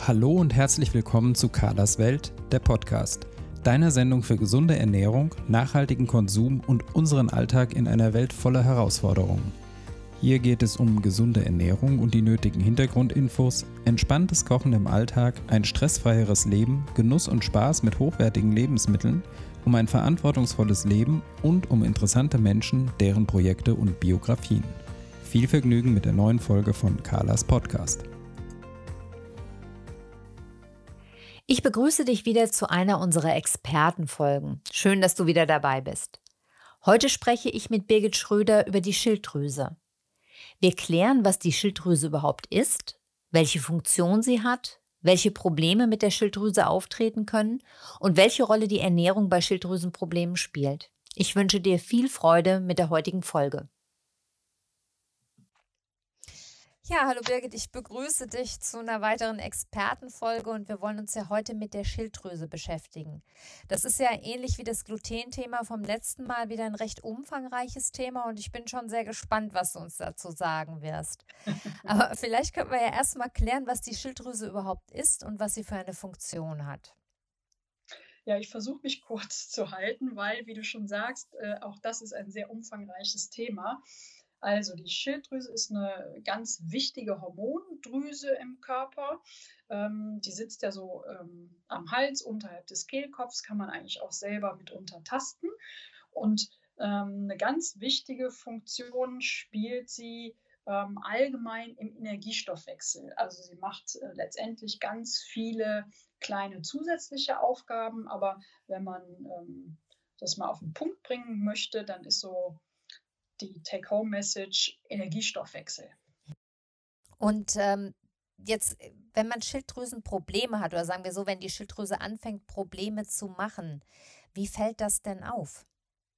Hallo und herzlich willkommen zu Carlas Welt, der Podcast. Deine Sendung für gesunde Ernährung, nachhaltigen Konsum und unseren Alltag in einer Welt voller Herausforderungen. Hier geht es um gesunde Ernährung und die nötigen Hintergrundinfos, entspanntes Kochen im Alltag, ein stressfreieres Leben, Genuss und Spaß mit hochwertigen Lebensmitteln, um ein verantwortungsvolles Leben und um interessante Menschen, deren Projekte und Biografien. Viel Vergnügen mit der neuen Folge von Carlas Podcast. Ich begrüße dich wieder zu einer unserer Expertenfolgen. Schön, dass du wieder dabei bist. Heute spreche ich mit Birgit Schröder über die Schilddrüse. Wir klären, was die Schilddrüse überhaupt ist, welche Funktion sie hat, welche Probleme mit der Schilddrüse auftreten können und welche Rolle die Ernährung bei Schilddrüsenproblemen spielt. Ich wünsche dir viel Freude mit der heutigen Folge. Ja, hallo Birgit, ich begrüße dich zu einer weiteren Expertenfolge und wir wollen uns ja heute mit der Schilddrüse beschäftigen. Das ist ja ähnlich wie das Glutenthema vom letzten Mal wieder ein recht umfangreiches Thema und ich bin schon sehr gespannt, was du uns dazu sagen wirst. Aber vielleicht können wir ja erstmal klären, was die Schilddrüse überhaupt ist und was sie für eine Funktion hat. Ja, ich versuche mich kurz zu halten, weil, wie du schon sagst, auch das ist ein sehr umfangreiches Thema. Also die Schilddrüse ist eine ganz wichtige Hormondrüse im Körper. Die sitzt ja so am Hals, unterhalb des Kehlkopfs, kann man eigentlich auch selber mit untertasten. Und eine ganz wichtige Funktion spielt sie allgemein im Energiestoffwechsel. Also sie macht letztendlich ganz viele kleine zusätzliche Aufgaben, aber wenn man das mal auf den Punkt bringen möchte, dann ist so die Take-Home-Message Energiestoffwechsel. Und jetzt, wenn man Schilddrüsenprobleme hat, oder sagen wir so, wenn die Schilddrüse anfängt, Probleme zu machen, wie fällt das denn auf?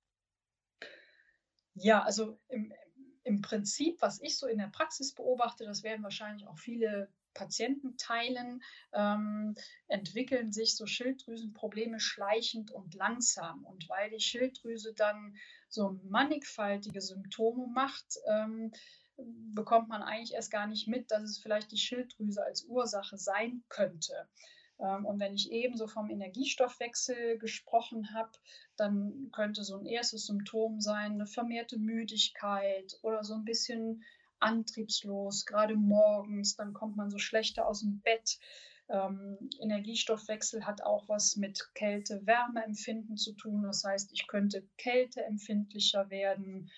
Ja, also im Prinzip, was ich so in der Praxis beobachte, das werden wahrscheinlich auch viele Patienten teilen, entwickeln sich so Schilddrüsenprobleme schleichend und langsam. Und weil die Schilddrüse dann so mannigfaltige Symptome macht, bekommt man eigentlich erst gar nicht mit, dass es vielleicht die Schilddrüse als Ursache sein könnte. Und wenn ich eben so vom Energiestoffwechsel gesprochen habe, dann könnte so ein erstes Symptom sein, eine vermehrte Müdigkeit oder so ein bisschen antriebslos, gerade morgens, dann kommt man so schlechter aus dem Bett. Energiestoffwechsel hat auch was mit Kälte-Wärme-Empfinden zu tun. Das heißt, ich könnte kälteempfindlicher werden.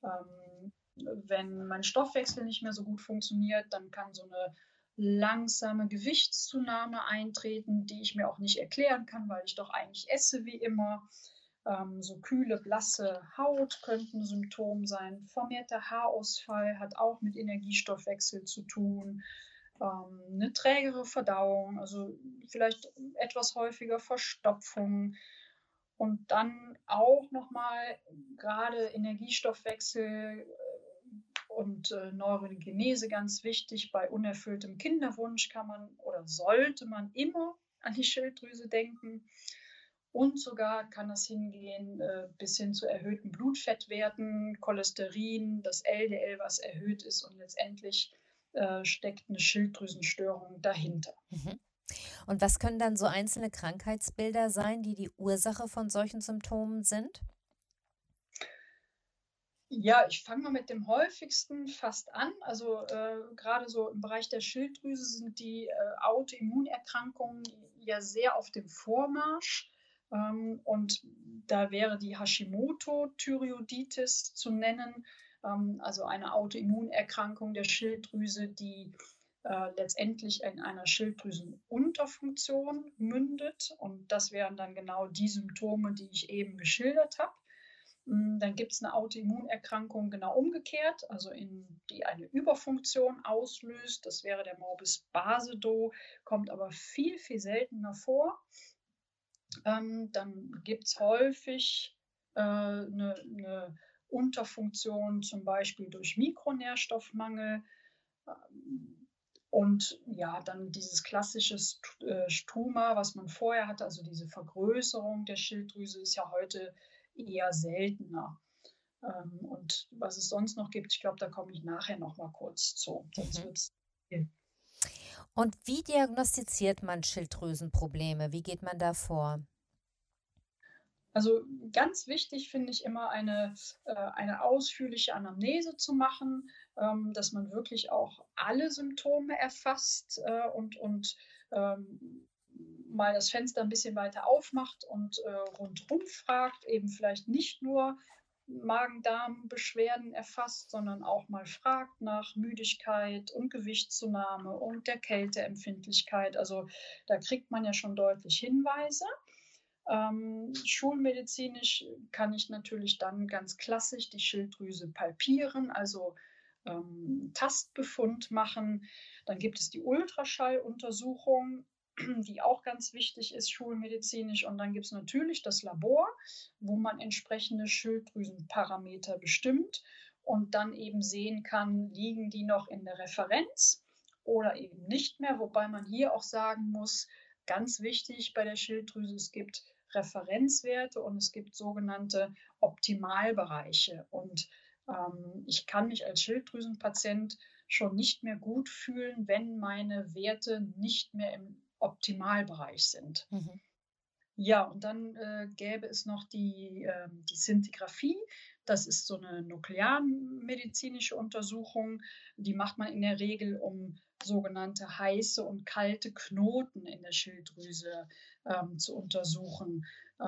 Wenn mein Stoffwechsel nicht mehr so gut funktioniert, dann kann so eine langsame Gewichtszunahme eintreten, die ich mir auch nicht erklären kann, weil ich doch eigentlich esse wie immer. So kühle, blasse Haut könnten ein Symptom sein. Vermehrter Haarausfall hat auch mit Energiestoffwechsel zu tun. Eine trägere Verdauung, also vielleicht etwas häufiger Verstopfung. Und dann auch nochmal gerade Energiestoffwechsel und Neurogenese ganz wichtig. Bei unerfülltem Kinderwunsch kann man oder sollte man immer an die Schilddrüse denken. Und sogar kann das hingehen bis hin zu erhöhten Blutfettwerten, Cholesterin, das LDL, was erhöht ist. Und letztendlich steckt eine Schilddrüsenstörung dahinter. Und was können dann so einzelne Krankheitsbilder sein, die die Ursache von solchen Symptomen sind? Ja, ich fange mal mit dem häufigsten fast an. Also gerade so im Bereich der Schilddrüse sind die Autoimmunerkrankungen ja sehr auf dem Vormarsch. Und da wäre die Hashimoto-Thyreoiditis zu nennen, also eine Autoimmunerkrankung der Schilddrüse, die letztendlich in einer Schilddrüsenunterfunktion mündet. Und das wären dann genau die Symptome, die ich eben geschildert habe. Dann gibt es eine Autoimmunerkrankung genau umgekehrt, also die eine Überfunktion auslöst. Das wäre der Morbus Basedow, kommt aber viel, viel seltener vor. Dann gibt es häufig eine Unterfunktion, zum Beispiel durch Mikronährstoffmangel. Und ja, dann dieses klassische Struma, was man vorher hatte, also diese Vergrößerung der Schilddrüse, ist ja heute eher seltener. Und was es sonst noch gibt, ich glaube, da komme ich nachher noch mal kurz zu. Sonst wird es viel. Und wie diagnostiziert man Schilddrüsenprobleme? Wie geht man da vor? Also ganz wichtig finde ich immer eine ausführliche Anamnese zu machen, dass man wirklich auch alle Symptome erfasst und mal das Fenster ein bisschen weiter aufmacht und rundherum fragt, eben vielleicht nicht nur Magen-Darm-Beschwerden erfasst, sondern auch mal fragt nach Müdigkeit und Gewichtszunahme und der Kälteempfindlichkeit. Also da kriegt man ja schon deutlich Hinweise. Schulmedizinisch kann ich natürlich dann ganz klassisch die Schilddrüse palpieren, also Tastbefund machen. Dann gibt es die Ultraschalluntersuchung, die auch ganz wichtig ist schulmedizinisch. Und dann gibt es natürlich das Labor, wo man entsprechende Schilddrüsenparameter bestimmt und dann eben sehen kann, liegen die noch in der Referenz oder eben nicht mehr. Wobei man hier auch sagen muss, ganz wichtig bei der Schilddrüse, es gibt Referenzwerte und es gibt sogenannte Optimalbereiche. Und ich kann mich als Schilddrüsenpatient schon nicht mehr gut fühlen, wenn meine Werte nicht mehr im Optimalbereich sind. Mhm. Ja, und dann gäbe es noch die Szintigraphie. Das ist so eine nuklearmedizinische Untersuchung. Die macht man in der Regel, um sogenannte heiße und kalte Knoten in der Schilddrüse zu untersuchen.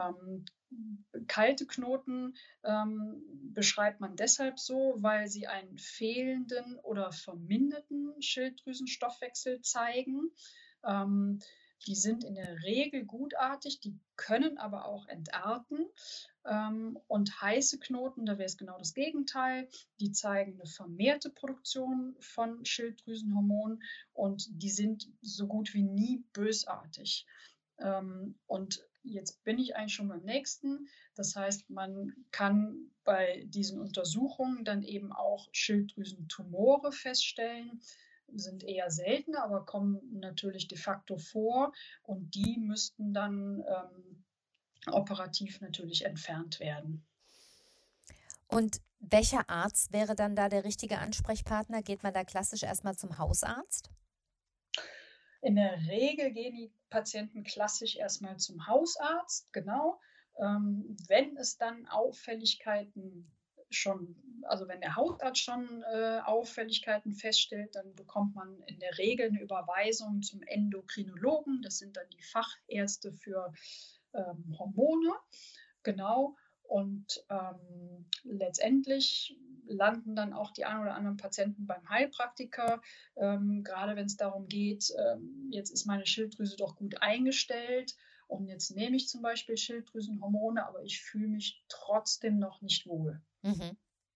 Kalte Knoten beschreibt man deshalb so, weil sie einen fehlenden oder verminderten Schilddrüsenstoffwechsel zeigen. Die sind in der Regel gutartig, die können aber auch entarten. Und heiße Knoten, da wäre es genau das Gegenteil. Die zeigen eine vermehrte Produktion von Schilddrüsenhormonen und die sind so gut wie nie bösartig. Und jetzt bin ich eigentlich schon beim nächsten. Das heißt, man kann bei diesen Untersuchungen dann eben auch Schilddrüsentumore feststellen, sind eher seltener, aber kommen natürlich de facto vor und die müssten dann operativ natürlich entfernt werden. Und welcher Arzt wäre dann da der richtige Ansprechpartner? Geht man da klassisch erstmal zum Hausarzt? In der Regel gehen die Patienten klassisch erstmal zum Hausarzt, genau. Wenn es dann Auffälligkeiten also wenn der Hausarzt schon Auffälligkeiten feststellt, dann bekommt man in der Regel eine Überweisung zum Endokrinologen. Das sind dann die Fachärzte für Hormone, genau. Und letztendlich landen dann auch die ein oder anderen Patienten beim Heilpraktiker, gerade wenn es darum geht, jetzt ist meine Schilddrüse doch gut eingestellt und jetzt nehme ich zum Beispiel Schilddrüsenhormone, aber ich fühle mich trotzdem noch nicht wohl. Mhm.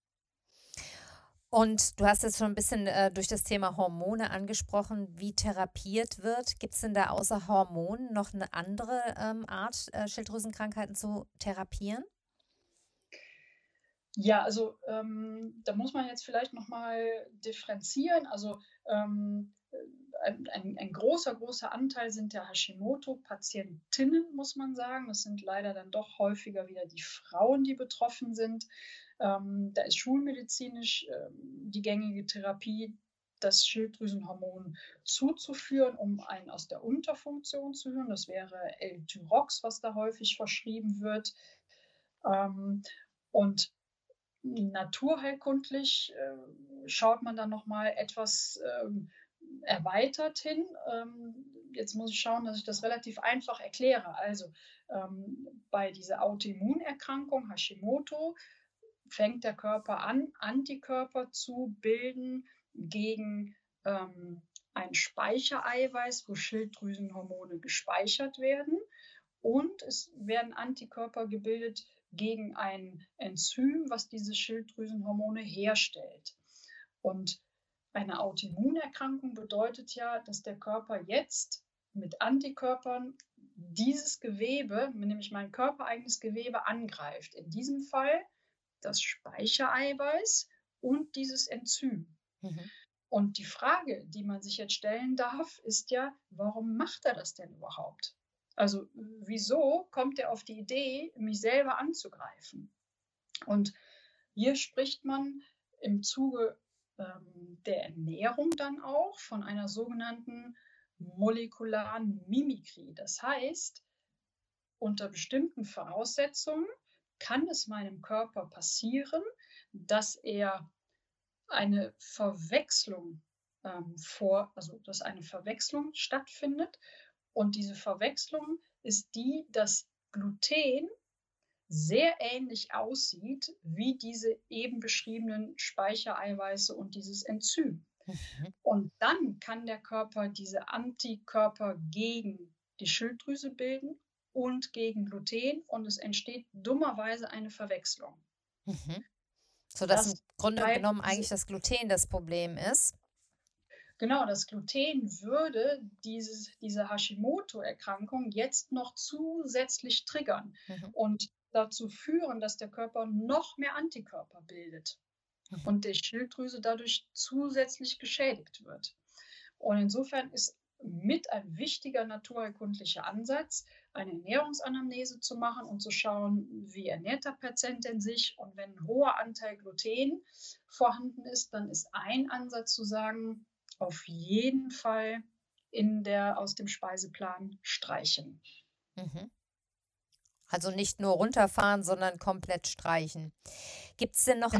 Und du hast jetzt schon ein bisschen durch das Thema Hormone angesprochen, wie therapiert wird. Gibt es denn da außer Hormonen noch eine andere Art, Schilddrüsenkrankheiten zu therapieren? Ja, also da muss man jetzt vielleicht nochmal differenzieren. Also ein großer Anteil sind der Hashimoto-Patientinnen, muss man sagen. Das sind leider dann doch häufiger wieder die Frauen, die betroffen sind. Da ist schulmedizinisch die gängige Therapie, das Schilddrüsenhormon zuzuführen, um einen aus der Unterfunktion zu hören. Das wäre L-Tyrox, was da häufig verschrieben wird. Und naturheilkundlich schaut man dann nochmal etwas erweitert hin. Jetzt muss ich schauen, dass ich das relativ einfach erkläre. Also bei dieser Autoimmunerkrankung Hashimoto fängt der Körper an, Antikörper zu bilden gegen ein Speichereiweiß, wo Schilddrüsenhormone gespeichert werden. Und es werden Antikörper gebildet gegen ein Enzym, was diese Schilddrüsenhormone herstellt. Und eine Autoimmunerkrankung bedeutet ja, dass der Körper jetzt mit Antikörpern dieses Gewebe, nämlich mein körpereigenes Gewebe, angreift. In diesem Fall das Speichereiweiß und dieses Enzym. Mhm. Und die Frage, die man sich jetzt stellen darf, ist ja, warum macht er das denn überhaupt? Also wieso kommt er auf die Idee, mich selber anzugreifen? Und hier spricht man im Zuge der Ernährung dann auch von einer sogenannten molekularen Mimikrie. Das heißt, unter bestimmten Voraussetzungen kann es meinem Körper passieren, dass er eine Verwechslung dass eine Verwechslung stattfindet. Und diese Verwechslung ist die, dass Gluten sehr ähnlich aussieht wie diese eben beschriebenen Speichereiweiße und dieses Enzym. Und dann kann der Körper diese Antikörper gegen die Schilddrüse bilden und gegen Gluten und es entsteht dummerweise eine Verwechslung. Sodass im Grunde genommen eigentlich das Gluten das Problem ist. Genau, das Gluten würde diese Hashimoto-Erkrankung jetzt noch zusätzlich triggern und dazu führen, dass der Körper noch mehr Antikörper bildet und die Schilddrüse dadurch zusätzlich geschädigt wird. Und insofern ist mit ein wichtiger naturheilkundlicher Ansatz, eine Ernährungsanamnese zu machen und zu schauen, wie ernährt der Patient denn sich. Und wenn ein hoher Anteil Gluten vorhanden ist, dann ist ein Ansatz zu sagen, auf jeden Fall aus dem Speiseplan streichen. Also nicht nur runterfahren, sondern komplett streichen. Gibt es denn noch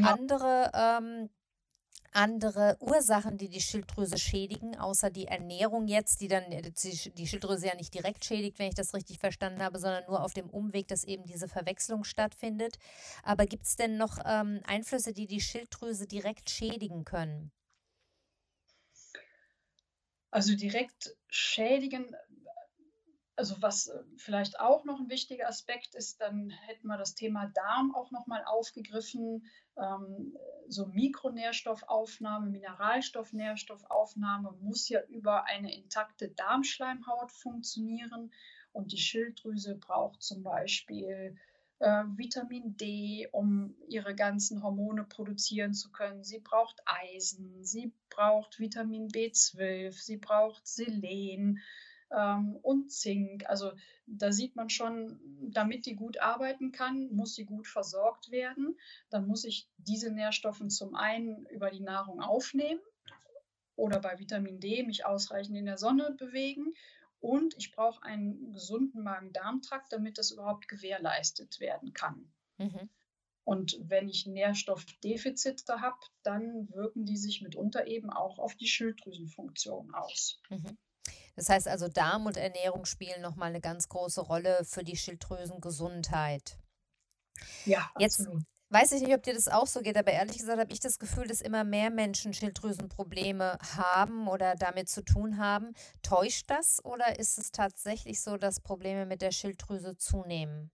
andere Ursachen, die die Schilddrüse schädigen, außer die Ernährung jetzt, die dann die Schilddrüse ja nicht direkt schädigt, wenn ich das richtig verstanden habe, sondern nur auf dem Umweg, dass eben diese Verwechslung stattfindet. Aber gibt es denn noch Einflüsse, die die Schilddrüse direkt schädigen können? Also direkt schädigen, also was vielleicht auch noch ein wichtiger Aspekt ist, dann hätten wir das Thema Darm auch nochmal aufgegriffen, so Mikronährstoffaufnahme, Mineralstoff-Nährstoffaufnahme muss ja über eine intakte Darmschleimhaut funktionieren und die Schilddrüse braucht zum Beispiel Vitamin D, um ihre ganzen Hormone produzieren zu können. Sie braucht Eisen, sie braucht Vitamin B12, sie braucht Selen und Zink. Also da sieht man schon, damit die gut arbeiten kann, muss sie gut versorgt werden. Dann muss ich diese Nährstoffe zum einen über die Nahrung aufnehmen oder bei Vitamin D mich ausreichend in der Sonne bewegen. Und ich brauche einen gesunden Magen-Darm-Trakt, damit das überhaupt gewährleistet werden kann. Und wenn ich Nährstoffdefizite habe, dann wirken die sich mitunter eben auch auf die Schilddrüsenfunktion aus. Das heißt also, Darm und Ernährung spielen nochmal eine ganz große Rolle für die Schilddrüsengesundheit. Ja, jetzt absolut. Weiß ich nicht, ob dir das auch so geht, aber ehrlich gesagt habe ich das Gefühl, dass immer mehr Menschen Schilddrüsenprobleme haben oder damit zu tun haben. Täuscht das oder ist es tatsächlich so, dass Probleme mit der Schilddrüse zunehmen?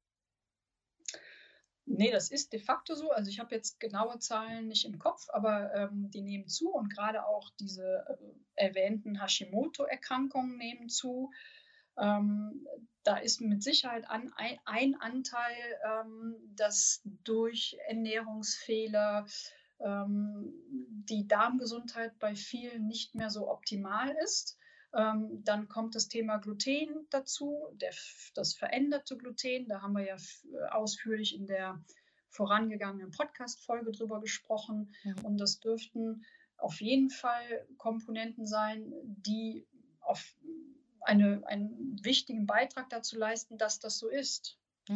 Nee, das ist de facto so. Also ich habe jetzt genaue Zahlen nicht im Kopf, aber die nehmen zu und gerade auch diese erwähnten Hashimoto-Erkrankungen nehmen zu. Da ist mit Sicherheit ein Anteil, dass durch Ernährungsfehler die Darmgesundheit bei vielen nicht mehr so optimal ist. Dann kommt das Thema Gluten dazu, das veränderte Gluten. Da haben wir ja ausführlich in der vorangegangenen Podcast-Folge drüber gesprochen. Und das dürften auf jeden Fall Komponenten sein, die auf einen wichtigen Beitrag dazu leisten, dass das so ist.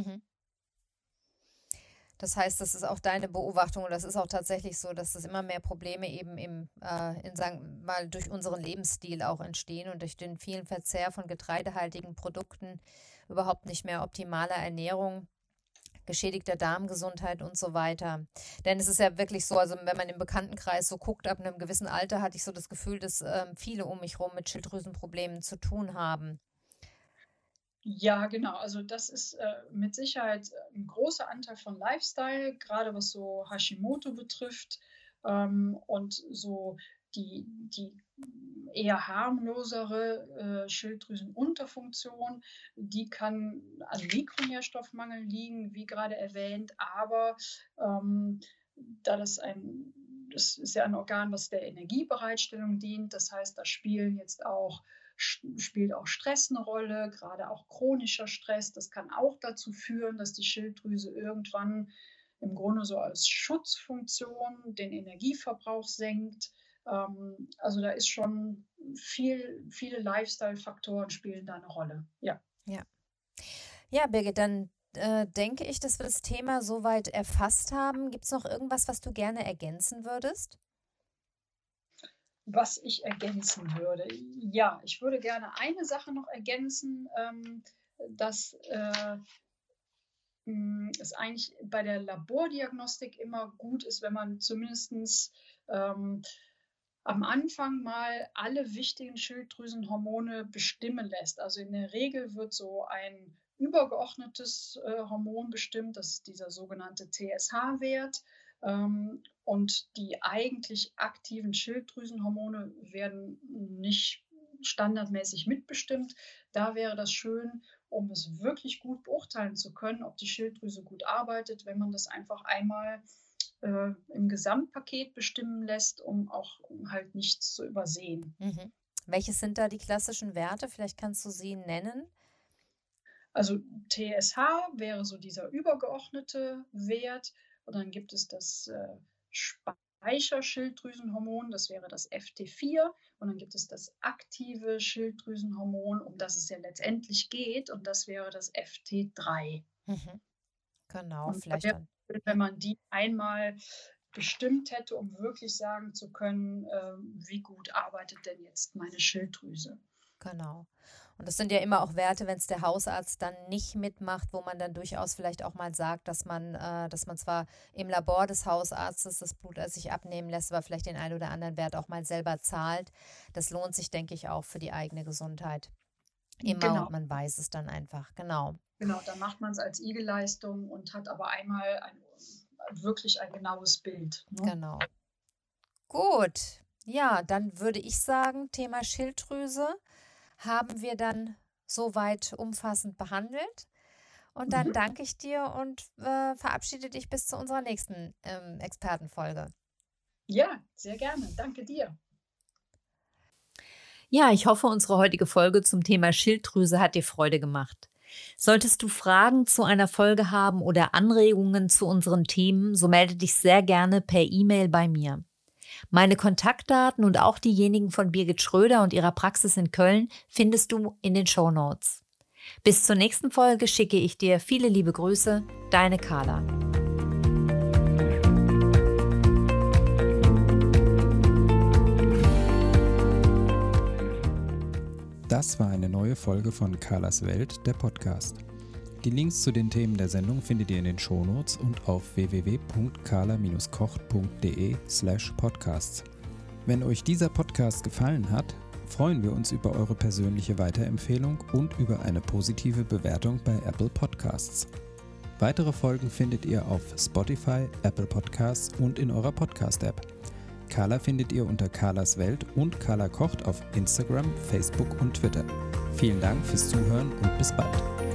Das heißt, das ist auch deine Beobachtung und das ist auch tatsächlich so, dass es immer mehr Probleme eben sagen wir mal, durch unseren Lebensstil auch entstehen und durch den vielen Verzehr von getreidehaltigen Produkten, überhaupt nicht mehr optimaler Ernährung, geschädigter Darmgesundheit und so weiter. Denn es ist ja wirklich so, also wenn man im Bekanntenkreis so guckt, ab einem gewissen Alter hatte ich so das Gefühl, dass viele um mich herum mit Schilddrüsenproblemen zu tun haben. Ja, genau. Also das ist mit Sicherheit ein großer Anteil von Lifestyle, gerade was so Hashimoto betrifft und so die eher harmlosere Schilddrüsenunterfunktion, die kann an Mikronährstoffmangel liegen, wie gerade erwähnt, aber da das ist ja ein Organ, was der Energiebereitstellung dient, das heißt, da spielt auch Stress eine Rolle, gerade auch chronischer Stress. Das kann auch dazu führen, dass die Schilddrüse irgendwann im Grunde so als Schutzfunktion den Energieverbrauch senkt. Also da ist schon viele Lifestyle-Faktoren spielen da eine Rolle. Ja. Ja, Birgit, dann denke ich, dass wir das Thema soweit erfasst haben. Gibt es noch irgendwas, was du gerne ergänzen würdest? Was ich ergänzen würde. Ja, ich würde gerne eine Sache noch ergänzen, dass es eigentlich bei der Labordiagnostik immer gut ist, wenn man zumindest am Anfang mal alle wichtigen Schilddrüsenhormone bestimmen lässt. Also in der Regel wird so ein übergeordnetes Hormon bestimmt, das ist dieser sogenannte TSH-Wert. Und die eigentlich aktiven Schilddrüsenhormone werden nicht standardmäßig mitbestimmt. Da wäre das schön, um es wirklich gut beurteilen zu können, ob die Schilddrüse gut arbeitet, wenn man das einfach einmal im Gesamtpaket bestimmen lässt, um auch halt nichts zu übersehen. Mhm. Welches sind da die klassischen Werte? Vielleicht kannst du sie nennen. Also TSH wäre so dieser übergeordnete Wert. Und dann gibt es das Speicherschilddrüsenhormon, das wäre das FT4. Und dann gibt es das aktive Schilddrüsenhormon, um das es ja letztendlich geht. Und das wäre das FT3. Mhm. Genau, und vielleicht dann. Wenn man die einmal bestimmt hätte, um wirklich sagen zu können, wie gut arbeitet denn jetzt meine Schilddrüse. Genau. Und das sind ja immer auch Werte, wenn es der Hausarzt dann nicht mitmacht, wo man dann durchaus vielleicht auch mal sagt, dass man zwar im Labor des Hausarztes das Blut sich abnehmen lässt, aber vielleicht den einen oder anderen Wert auch mal selber zahlt. Das lohnt sich, denke ich, auch für die eigene Gesundheit. Immer, genau. Und man weiß es dann einfach, genau. Genau, dann macht man es als IG-Leistung und hat aber einmal wirklich ein genaues Bild. Ne? Genau. Gut, ja, dann würde ich sagen, Thema Schilddrüse haben wir dann soweit umfassend behandelt. Und dann danke ich dir und verabschiede dich bis zu unserer nächsten Expertenfolge. Ja, sehr gerne. Danke dir. Ja, ich hoffe, unsere heutige Folge zum Thema Schilddrüse hat dir Freude gemacht. Solltest du Fragen zu einer Folge haben oder Anregungen zu unseren Themen, so melde dich sehr gerne per E-Mail bei mir. Meine Kontaktdaten und auch diejenigen von Birgit Schröder und ihrer Praxis in Köln findest du in den Shownotes. Bis zur nächsten Folge schicke ich dir viele liebe Grüße, deine Carla. Das war eine neue Folge von Carlas Welt, der Podcast. Die Links zu den Themen der Sendung findet ihr in den Shownotes und auf www.carla-kocht.de/podcasts. Wenn euch dieser Podcast gefallen hat, freuen wir uns über eure persönliche Weiterempfehlung und über eine positive Bewertung bei Apple Podcasts. Weitere Folgen findet ihr auf Spotify, Apple Podcasts und in eurer Podcast-App. Carla findet ihr unter Carlas Welt und Carla kocht auf Instagram, Facebook und Twitter. Vielen Dank fürs Zuhören und bis bald.